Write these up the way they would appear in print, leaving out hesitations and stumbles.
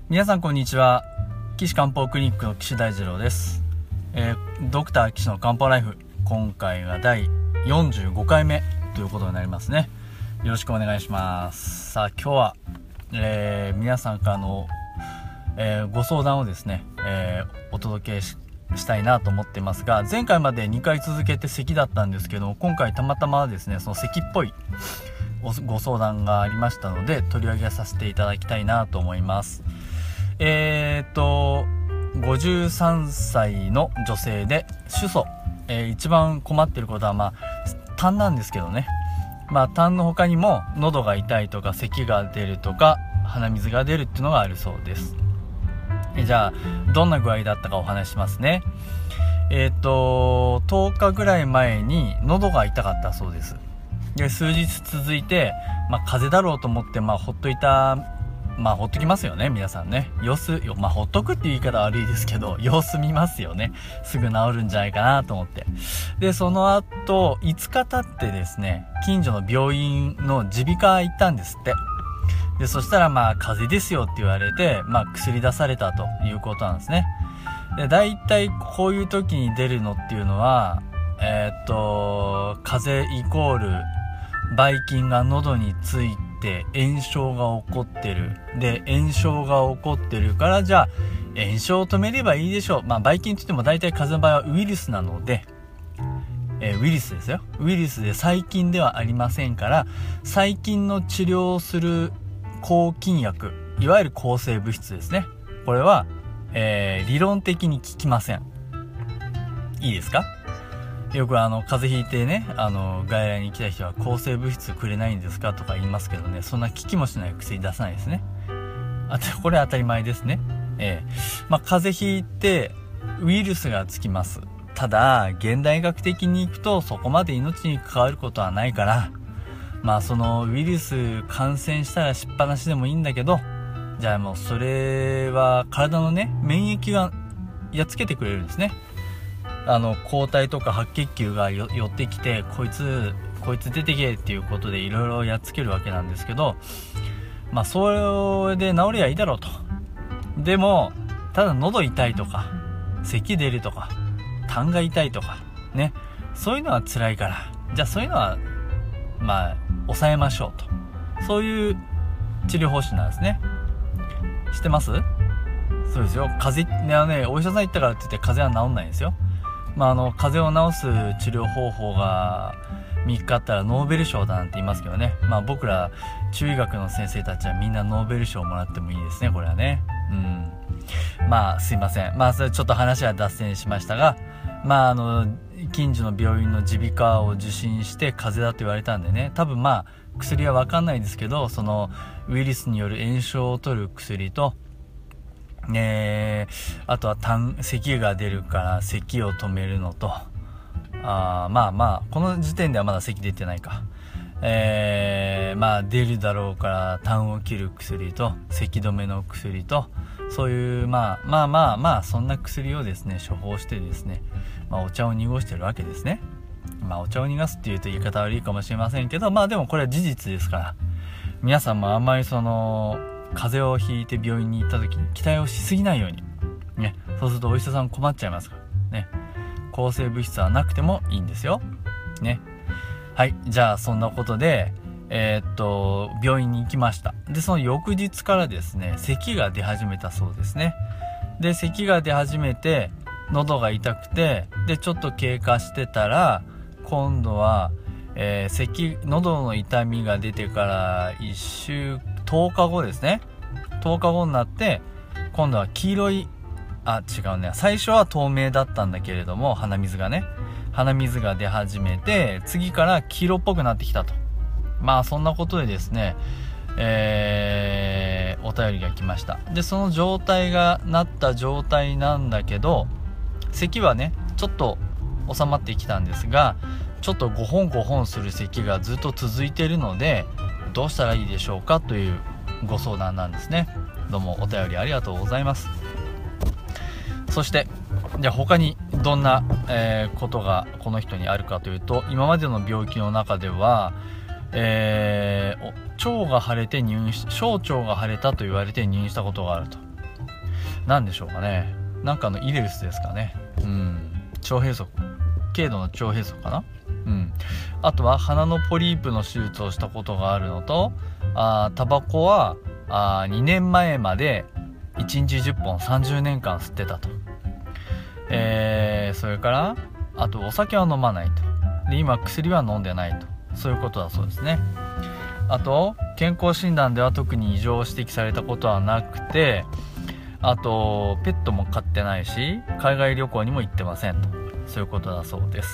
皆さんこんにちは。岸漢方クリニックの岸大二郎です。ドクター岸の漢方ライフ、今回が第45回目ということになりますね。よろしくお願いします。さあ今日は、皆さんからの、ご相談をですね、お届けしたいなと思ってますが、前回まで2回続けて咳だったんですけども、今回たまたまですねその咳っぽいご相談がありましたので取り上げさせていただきたいなと思います。53歳の女性で主訴、一番困ってることは痰なんですけどね、痰の他にも喉が痛いとか咳が出るとか鼻水が出るっていうのがあるそうです。じゃあどんな具合だったかお話しますね。10日ぐらい前に喉が痛かったそうです。で数日続いて、風邪だろうと思ってほっといた。ほっときますよね、皆さんね。ほっとくっていう言い方は悪いですけど、様子見ますよね。すぐ治るんじゃないかなと思って。で、その後、5日経ってですね、近所の病院の耳鼻科行ったんですって。で、そしたら風邪ですよって言われて、薬出されたということなんですね。で、大体こういう時に出るのっていうのは、風邪イコール、ばい菌が喉について炎症が起こってる。で、炎症が起こってるから、じゃあ炎症を止めればいいでしょう。ばい菌といっても大体風邪の場合はウイルスなので、ウイルスですよ。ウイルスで細菌ではありませんから、細菌の治療をする抗菌薬、いわゆる抗生物質ですね。これは、理論的に効きません。いいですか？よく風邪ひいてね、外来に来た人は抗生物質くれないんですかとか言いますけどね、そんな効きもしない薬出さないですね。これは当たり前ですね。風邪ひいてウイルスがつきます。ただ現代学的にいくとそこまで命に関わることはないから、そのウイルス感染したらしっぱなしでもいいんだけど、じゃあもうそれは体のね免疫がやっつけてくれるんですね。抗体とか白血球が寄ってきてこいつ出てけっていうことでいろいろやっつけるわけなんですけど、それで治りゃいいだろうと。でもただ喉痛いとか咳出るとか痰が痛いとかね、そういうのは辛いから、じゃあそういうのは抑えましょうと、そういう治療方針なんですね。知ってます？そうですよ。風邪ね、お医者さん行ったからって言って風邪は治んないんですよ。風邪を治す治療方法が見つかったらノーベル賞だなんて言いますけどね。僕ら中医学の先生たちはみんなノーベル賞をもらってもいいですね、これはね。すいません。それちょっと話は脱線しましたが、近所の病院の耳鼻科を受診して風邪だと言われたんでね、多分薬は分かんないですけど、そのウイルスによる炎症を取る薬と、あとは咳が出るから咳を止めるのと、この時点ではまだ咳出てないか、出るだろうから痰を切る薬と咳止めの薬と、そういうそんな薬をですね処方してですね、お茶を濁してるわけですね。お茶を濁すっていうと言い方悪いかもしれませんけど、でもこれは事実ですから、皆さんもあんまり風邪をひいて病院に行った時に期待をしすぎないようにね。そうするとお医者さん困っちゃいますからね。抗生物質はなくてもいいんですよね。はい、じゃあそんなことで病院に行きました。でその翌日からですね咳が出始めたそうですね。で咳が出始めて喉が痛くて、でちょっと経過してたら今度は、喉の痛みが出てから10日後ですね。10日後になって今度は黄色い、違うね、最初は透明だったんだけれども鼻水が出始めて、次から黄色っぽくなってきたと。そんなことでですね、お便りが来ました。でその状態がなった状態なんだけど、咳はねちょっと収まってきたんですが、ちょっと5本する咳がずっと続いているのでどうしたらいいでしょうかというご相談なんですね。どうもお便りありがとうございます。そしてじゃあ他にどんな、ことがこの人にあるかというと、今までの病気の中では、腸が腫れて小腸が腫れたと言われて入院したことがあると。 何でしょうかね、なんかのイレウスですかね。腸閉塞、軽度の腸閉塞かな。あとは鼻のポリープの手術をしたことがあるのと、タバコは2年前まで1日10本30年間吸ってたと。それからあとお酒は飲まないと。で今薬は飲んでないと、そういうことだそうですね。あと健康診断では特に異常を指摘されたことはなくて、あとペットも飼ってないし海外旅行にも行ってませんと、そういうことだそうです。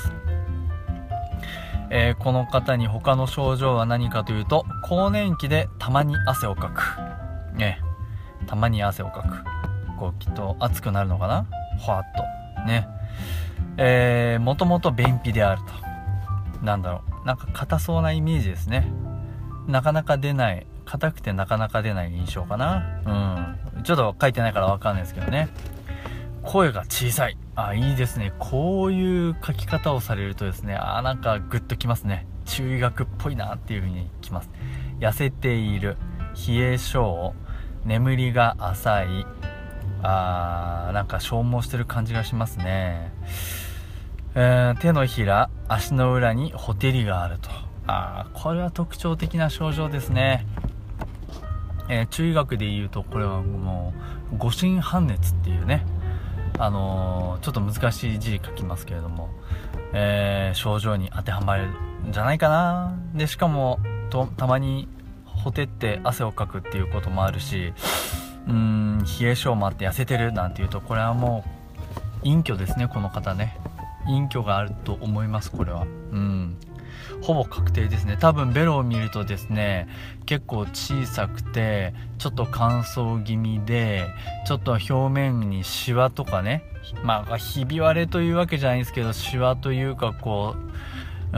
この方に他の症状は何かというと、更年期でたまに汗をかく、たまに汗をかく、こうきっと暑くなるのかな、ほわっとね。もともと便秘であると。なんか硬そうなイメージですね。なかなか出ない、硬くてなかなか出ない印象かな。ちょっと書いてないから分かんないですけどね。声が小さい、いいですね。こういう書き方をされるとですね、なんかグッときますね。中医学っぽいなっていう風にきます。痩せている、冷え性、眠りが浅い、なんか消耗してる感じがしますね。手のひら、足の裏にほてりがあると。これは特徴的な症状ですね。中医学でいうとこれはもう五心半熱っていうね、ちょっと難しい字書きますけれども、症状に当てはまるんじゃないかな。でしかもたまにほてって汗をかくっていうこともあるし、冷え性もあって痩せてるなんていうと、これはもう陰虚ですね。この方ね、陰虚があると思います。これはほぼ確定ですね。多分ベロを見るとですね、結構小さくてちょっと乾燥気味で、ちょっと表面にシワとかね、ひび割れというわけじゃないんですけど、シワというかこう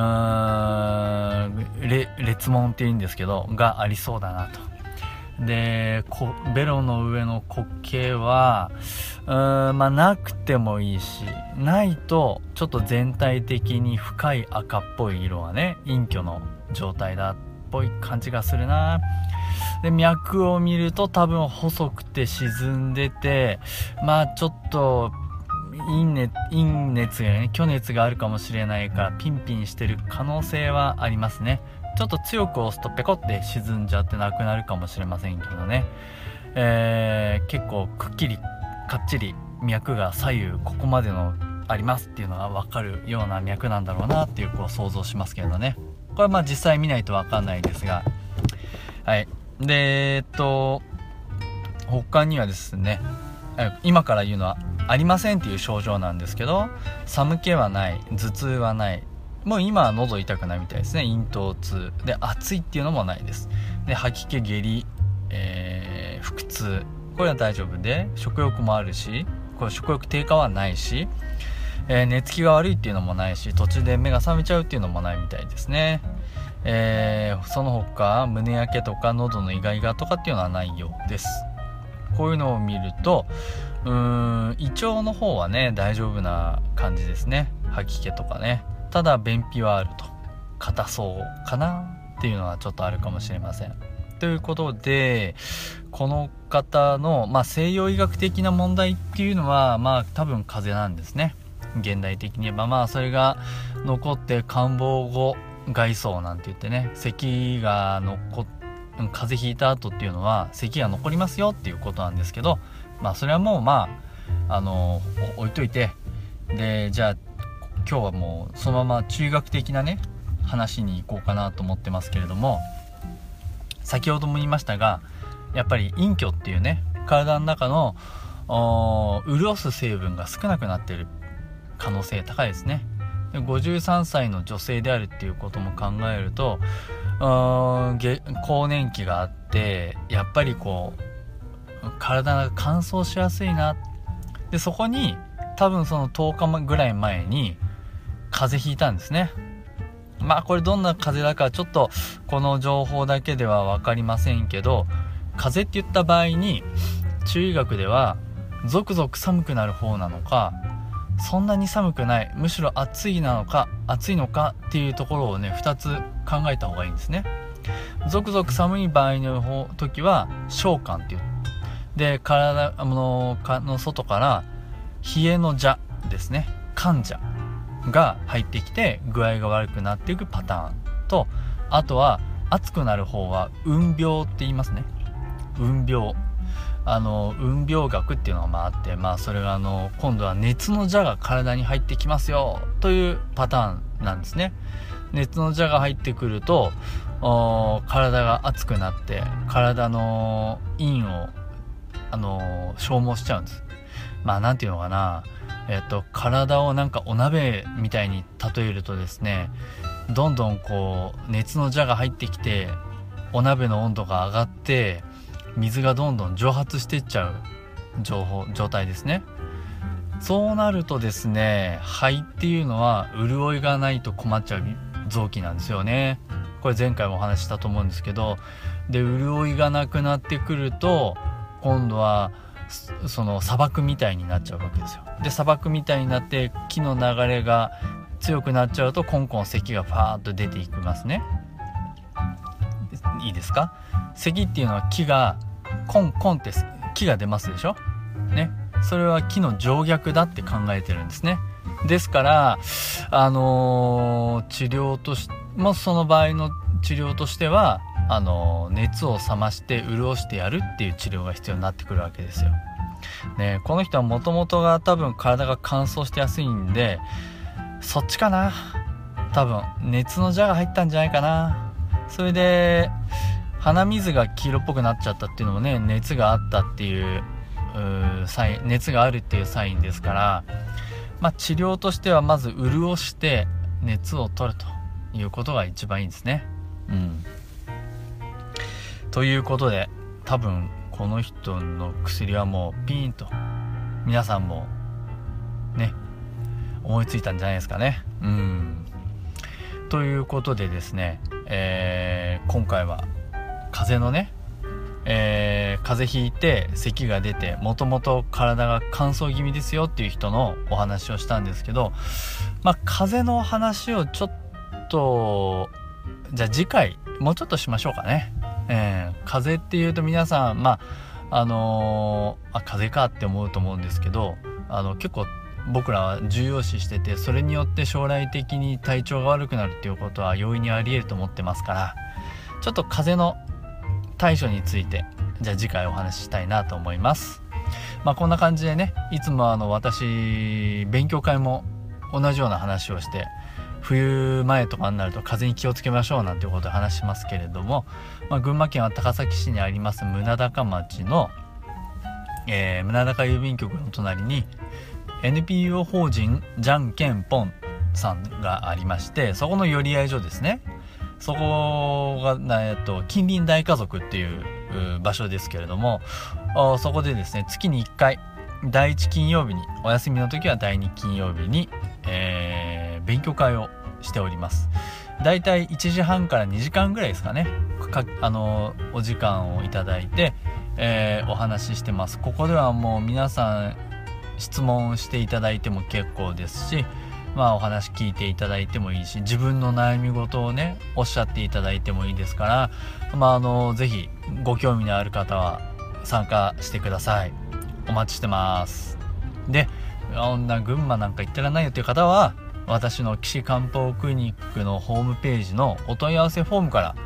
裂紋っていうんですけどがありそうだなと。でベロの上の滑稽はなくてもいいし、ないとちょっと全体的に深い赤っぽい色はね、陰虚の状態だっぽい感じがするな。で脈を見ると多分細くて沈んでて、ちょっと陰熱がね、虚熱があるかもしれないからピンピンしてる可能性はありますね。ちょっと強く押すとペコって沈んじゃってなくなるかもしれませんけどね。結構くっきりかっちり脈が左右ここまでのありますっていうのが分かるような脈なんだろうなっていう想像しますけどね。これは実際見ないと分かんないですが、で他にはですね、今から言うのはありませんっていう症状なんですけど、寒気はない、頭痛はない、もう今は喉痛くないみたいですね。咽頭痛で暑いっていうのもないです。で吐き気、下痢、腹痛、これは大丈夫で、食欲もあるし、これ食欲低下はないし、寝つきが悪いっていうのもないし、途中で目が覚めちゃうっていうのもないみたいですね。その他胸焼けとか喉のイガイガとかっていうのはないようです。こういうのを見ると胃腸の方はね大丈夫な感じですね。吐き気とかね。ただ便秘はあると、硬そうかなっていうのはちょっとあるかもしれません。ということでこの方の、西洋医学的な問題っていうのは多分風邪なんですね。現代的に言えばそれが残って感冒後外傷なんて言ってね、咳が風邪ひいた後っていうのは咳が残りますよっていうことなんですけど、それはもう置いといて、でじゃあ今日はもうそのまま中学的なね話に行こうかなと思ってますけれども、先ほども言いましたが、やっぱり陰虚っていうね、体の中の潤す成分が少なくなっている可能性高いですね。で53歳の女性であるっていうことも考えると、更年期があってやっぱり体が乾燥しやすいな。でそこに多分その10日ぐらい前に風邪ひいたんですね。これどんな風邪だかちょっとこの情報だけでは分かりませんけど、風邪って言った場合に中医学ではゾクゾク寒くなる方なのか、そんなに寒くない、むしろ暑いのかっていうところをね2つ考えた方がいいんですね。ゾクゾク寒い場合の時は小寒っていう、 で体の外から冷えの邪ですね、患者が入ってきて具合が悪くなっていくパターンと、あとは暑くなる方は運病って言いますね。運病、運病学っていうのがあって、それが今度は熱の邪が体に入ってきますよというパターンなんですね。熱の邪が入ってくると体が熱くなって体の陰を消耗しちゃうんです。なんていうのかな、体をなんかお鍋みたいに例えるとですね、どんどん熱の邪が入ってきてお鍋の温度が上がって水がどんどん蒸発していっちゃう状態ですね。そうなるとですね、肺っていうのは潤いがないと困っちゃう臓器なんですよね。これ前回もお話ししたと思うんですけど、で潤いがなくなってくると今度はその砂漠みたいになっちゃうわけですよ。で砂漠みたいになって気の流れが強くなっちゃうとコンコン咳がファーッと出ていきますね。いいですか？咳っていうのは気がコンコンって気が出ますでしょね。それは気の静逆だって考えてるんですね。ですから治療としてもその場合の治療としては熱を冷まして潤してやるっていう治療が必要になってくるわけですよ、ね。この人はもともとが多分体が乾燥してやすいんで、そっちかな、多分熱の邪が入ったんじゃないかな。それで鼻水が黄色っぽくなっちゃったっていうのもね、熱があったっていうサイン、熱があるっていうサインですから、治療としてはまず潤して熱を取るということが一番いいですね。ということで多分この人の薬はもうピーンと皆さんもね思いついたんじゃないですかね。ということでですね、今回は風邪のね、風邪ひいて咳が出てもともと体が乾燥気味ですよっていう人のお話をしたんですけど、風邪の話をちょっとじゃあ次回もうちょっとしましょうかね。風邪っていうと皆さん風邪かって思うと思うんですけど、結構僕らは重要視してて、それによって将来的に体調が悪くなるっていうことは容易にあり得ると思ってますから、ちょっと風邪の対処についてじゃあ次回お話ししたいなと思います。こんな感じでね、いつも私勉強会も同じような話をして、冬前とかになると風邪に気をつけましょうなんていうことを話しますけれども、群馬県は高崎市にあります宗高町の、宗高郵便局の隣に NPO 法人じゃんけんぽんさんがありまして、そこの寄り合い所ですね。そこが、近隣大家族っていう場所ですけれども、そこでですね、月に1回第1金曜日に、お休みの時は第2金曜日に、勉強会をしております。だいたい1時半から2時間ぐらいですかね、お時間をいただいて、お話ししてます。ここではもう皆さん質問していただいても結構ですし、お話聞いていただいてもいいし、自分の悩み事をねおっしゃっていただいてもいいですから、ぜひご興味のある方は参加してください。お待ちしてます。で、群馬なんか行ってらんないよという方は、私の岸漢方クリニックのホームページのお問い合わせフォームから、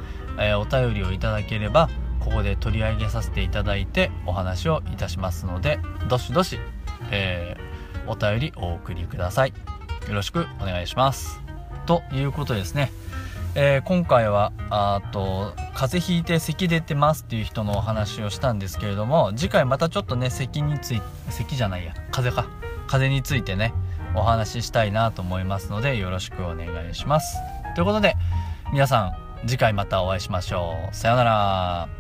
お便りをいただければここで取り上げさせていただいてお話をいたしますので、どしどし、お便りお送りください。よろしくお願いします。ということですね、今回は風邪ひいて咳出てますっていう人のお話をしたんですけれども、次回またちょっとね風邪についてねお話ししたいなと思いますので、よろしくお願いします。ということで皆さん次回またお会いしましょう。さようなら。